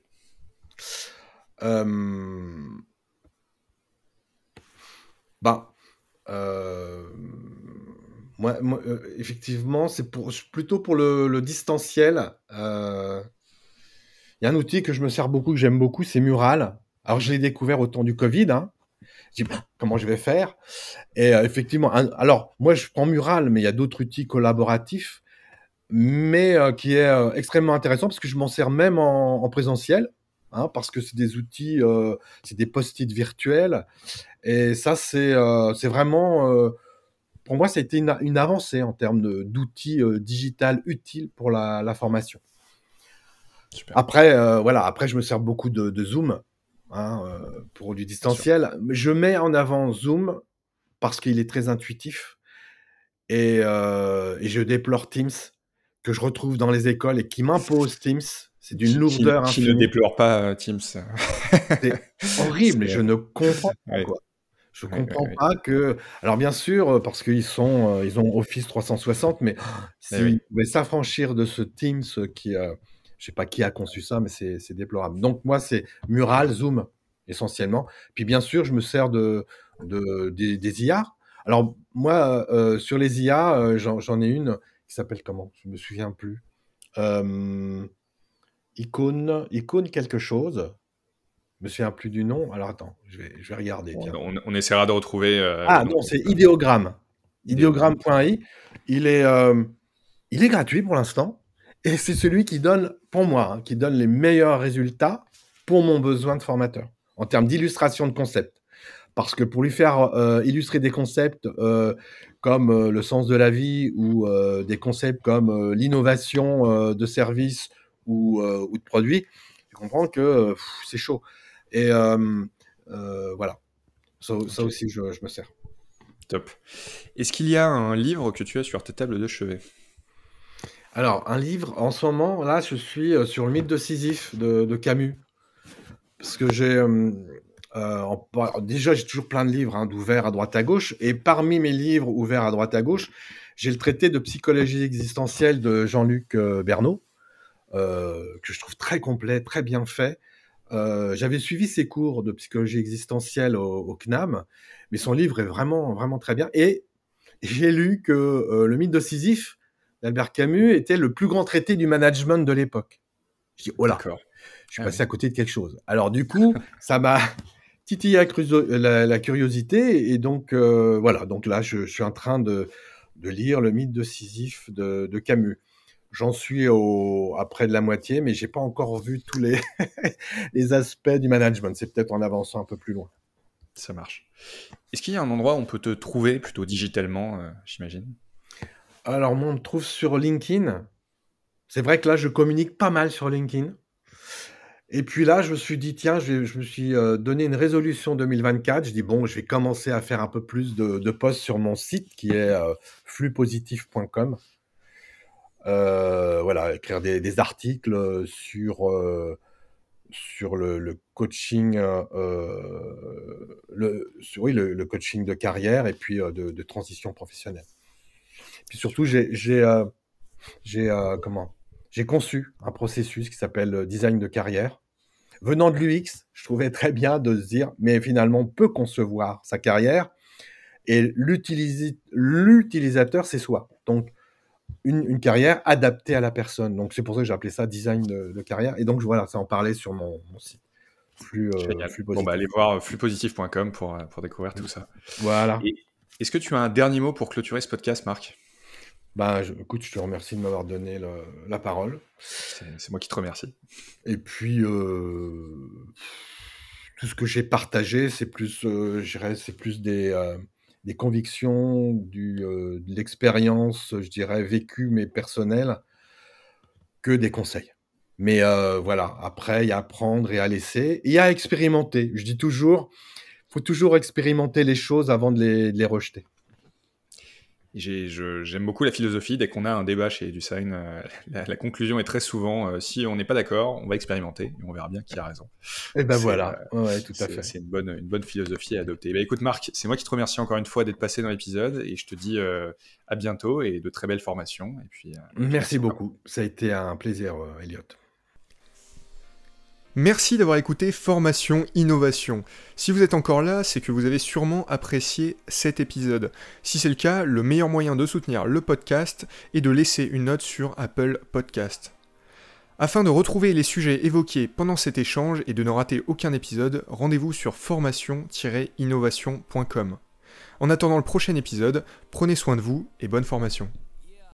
Euh, bah, euh, effectivement, plutôt pour le distanciel. Il y a un outil que je me sers beaucoup, que j'aime beaucoup, c'est Mural. Alors, je l'ai découvert au temps du Covid, hein. Je dis, comment je vais faire? Et effectivement, alors, moi, je prends Mural, mais il y a d'autres outils collaboratifs, mais qui est extrêmement intéressant parce que je m'en sers même en présentiel, hein, parce que c'est des outils, c'est des post-it virtuels. Et ça, c'est vraiment, pour moi, ça a été une avancée en termes d'outils digital utiles pour la formation. Super, Après, voilà, après, je me sers beaucoup de Zoom, hein, pour du bien sûr. distanciel. Je mets en avant Zoom parce qu'il est très intuitif, et je déplore Teams, que je retrouve dans les écoles et qui m'impose Teams. C'est d'une lourdeur Qui ne infinie. déplore pas Teams. C'est horrible, je ne comprends pas, Ouais. quoi. Je Ouais, comprends ouais. pas que alors bien sûr, parce qu'ils ont Office 360, mais Eh oui. s'ils pouvaient s'affranchir de ce Teams qui, je sais pas qui a conçu ça, mais c'est déplorable. Donc moi, c'est Mural, Zoom, essentiellement. Puis bien sûr, je me sers des IA. Alors moi, sur les IA, j'en ai une qui s'appelle comment? Je me souviens plus. Hem, Icône quelque chose. Je me souviens plus du nom. Alors attends, je vais regarder, Bon, tiens. on essaiera de retrouver le Ah nom. non, c'est Idéogramme. Idéogramme. Idéogramme.ai. Il est gratuit pour l'instant et c'est celui qui donne, pour moi, hein, qui donne les meilleurs résultats pour mon besoin de formateur, en termes d'illustration de concepts. Parce que pour lui faire illustrer des concepts comme le sens de la vie ou des concepts comme l'innovation de services ou de produits, je comprends que c'est chaud. Et voilà, ça Ok, aussi, je me sers. top. Est-ce qu'il y a un livre que tu as sur ta table de chevet? Alors, un livre, en ce moment, là, je suis sur le mythe de Sisyphe de Camus. Parce que déjà, j'ai toujours plein de livres hein, d'ouverts à droite à gauche. Et parmi mes livres ouverts à droite à gauche, j'ai le traité de psychologie existentielle de Jean-Luc Bernot, que je trouve très complet, très bien fait. J'avais suivi ses cours de psychologie existentielle au CNAM, mais son livre est vraiment, vraiment très bien. Et j'ai lu que le mythe de Sisyphe d'Albert Camus était le plus grand traité du management de l'époque. Je dis, oh là, D'accord. je suis Ah passé oui. à côté de quelque chose. Alors du coup, ça m'a titillé la curiosité, et donc voilà. Donc là, je suis en train de lire le mythe de Sisyphe de Camus. J'en suis à près de la moitié, mais j'ai pas encore vu tous les, les aspects du management. C'est peut-être en avançant un peu plus loin. Ça marche. Est-ce qu'il y a un endroit où on peut te trouver, plutôt digitalement, j'imagine? Alors moi, on me trouve sur LinkedIn. C'est vrai que là, je communique pas mal sur LinkedIn. Et puis là, je me suis dit, tiens, je me suis donné une résolution 2024. Je dis, bon, je vais commencer à faire un peu plus de posts sur mon site qui est flux-positif.com. Voilà, écrire des articles sur le coaching, oui, le coaching de carrière et puis de transition professionnelle. Puis surtout, j'ai conçu un processus qui s'appelle design de carrière. Venant de l'UX, je trouvais très bien de se dire, mais finalement, on peut concevoir sa carrière et l'utilisateur, c'est soi. Donc, une carrière adaptée à la personne. Donc, c'est pour ça que j'ai appelé ça design de carrière. Et donc, voilà, ça en parlait sur mon site. Génial. Flux Bon, bah, positif. allez voir flux-positif.com pour découvrir tout ça. Voilà. Et est-ce que tu as un dernier mot pour clôturer ce podcast, Marc? Ben, écoute, je te remercie de m'avoir donné la parole. C'est moi qui te remercie. Et puis, tout ce que j'ai partagé, c'est plus, je dirais, c'est plus des convictions, de l'expérience, je dirais, vécue mais personnelle, que des conseils. Mais voilà, après, il y a à apprendre et à laisser et à expérimenter. Je dis toujours, faut toujours expérimenter les choses avant de les rejeter. J'aime beaucoup la philosophie. Dès qu'on a un débat chez EduSign, la conclusion est très souvent si on n'est pas d'accord, on va expérimenter et on verra bien qui a raison. Et ben C'est voilà, ouais, tout à fait. c'est une bonne philosophie à adopter. Bah, écoute, Marc, c'est moi qui te remercie encore une fois d'être passé dans l'épisode et je te dis à bientôt et de très belles formations. Et puis, Merci encore. beaucoup. Ça a été un plaisir, Elliot. Merci d'avoir écouté Formation Innovation. Si vous êtes encore là, c'est que vous avez sûrement apprécié cet épisode. Si c'est le cas, le meilleur moyen de soutenir le podcast est de laisser une note sur Apple Podcast. Afin de retrouver les sujets évoqués pendant cet échange et de ne rater aucun épisode, rendez-vous sur formation-innovation.com. En attendant le prochain épisode, prenez soin de vous et bonne formation.